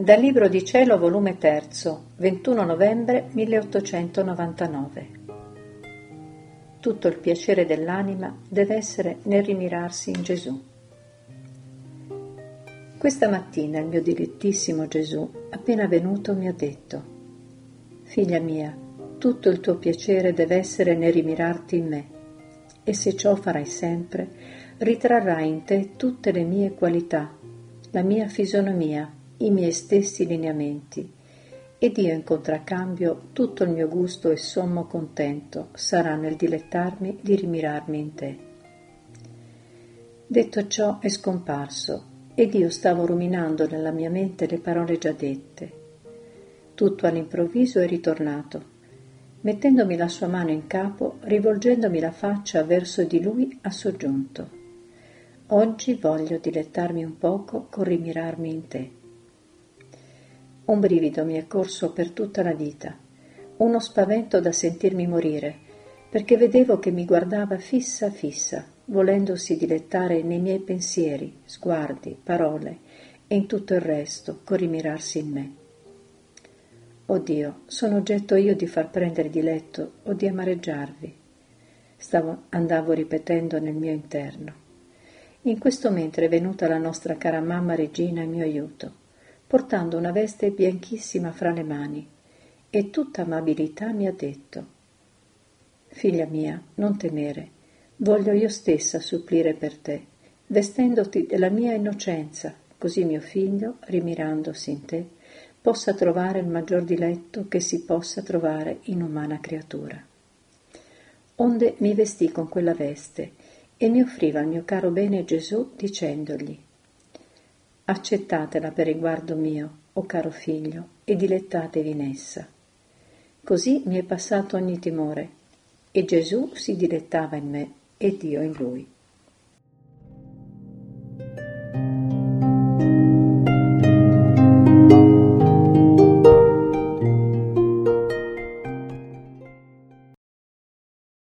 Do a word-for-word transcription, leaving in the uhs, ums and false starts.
Dal Libro di Cielo, volume terzo, ventuno novembre milleottocentonovantanove. Tutto il piacere dell'anima deve essere nel rimirarsi in Gesù. Questa mattina il mio dilettissimo Gesù, appena venuto, mi ha detto: «Figlia mia, tutto il tuo piacere deve essere nel rimirarti in me, e se ciò farai sempre, ritrarrai in te tutte le mie qualità, la mia fisonomia, i miei stessi lineamenti, ed io in contraccambio tutto il mio gusto e sommo contento sarà nel dilettarmi di rimirarmi in te». Detto ciò è scomparso, ed io stavo ruminando nella mia mente le parole già dette. Tutto all'improvviso è ritornato. Mettendomi la sua mano in capo, rivolgendomi la faccia verso di lui, ha soggiunto: «Oggi voglio dilettarmi un poco con rimirarmi in te». Un brivido mi è corso per tutta la vita, uno spavento da sentirmi morire, perché vedevo che mi guardava fissa fissa, volendosi dilettare nei miei pensieri, sguardi, parole e in tutto il resto, con rimirarsi in me. «Oh Dio, sono oggetto io di far prendere diletto o di amareggiarvi», stavo, andavo ripetendo nel mio interno. In questo mentre è venuta la nostra cara mamma Regina in mio aiuto, portando una veste bianchissima fra le mani, e tutta amabilità mi ha detto: «Figlia mia, non temere, voglio io stessa supplire per te, vestendoti della mia innocenza, così mio figlio, rimirandosi in te, possa trovare il maggior diletto che si possa trovare in umana creatura». Onde mi vestì con quella veste e mi offriva il mio caro bene Gesù, dicendogli: «Accettatela per riguardo mio, o caro figlio, e dilettatevi in essa». Così mi è passato ogni timore, e Gesù si dilettava in me ed io in lui.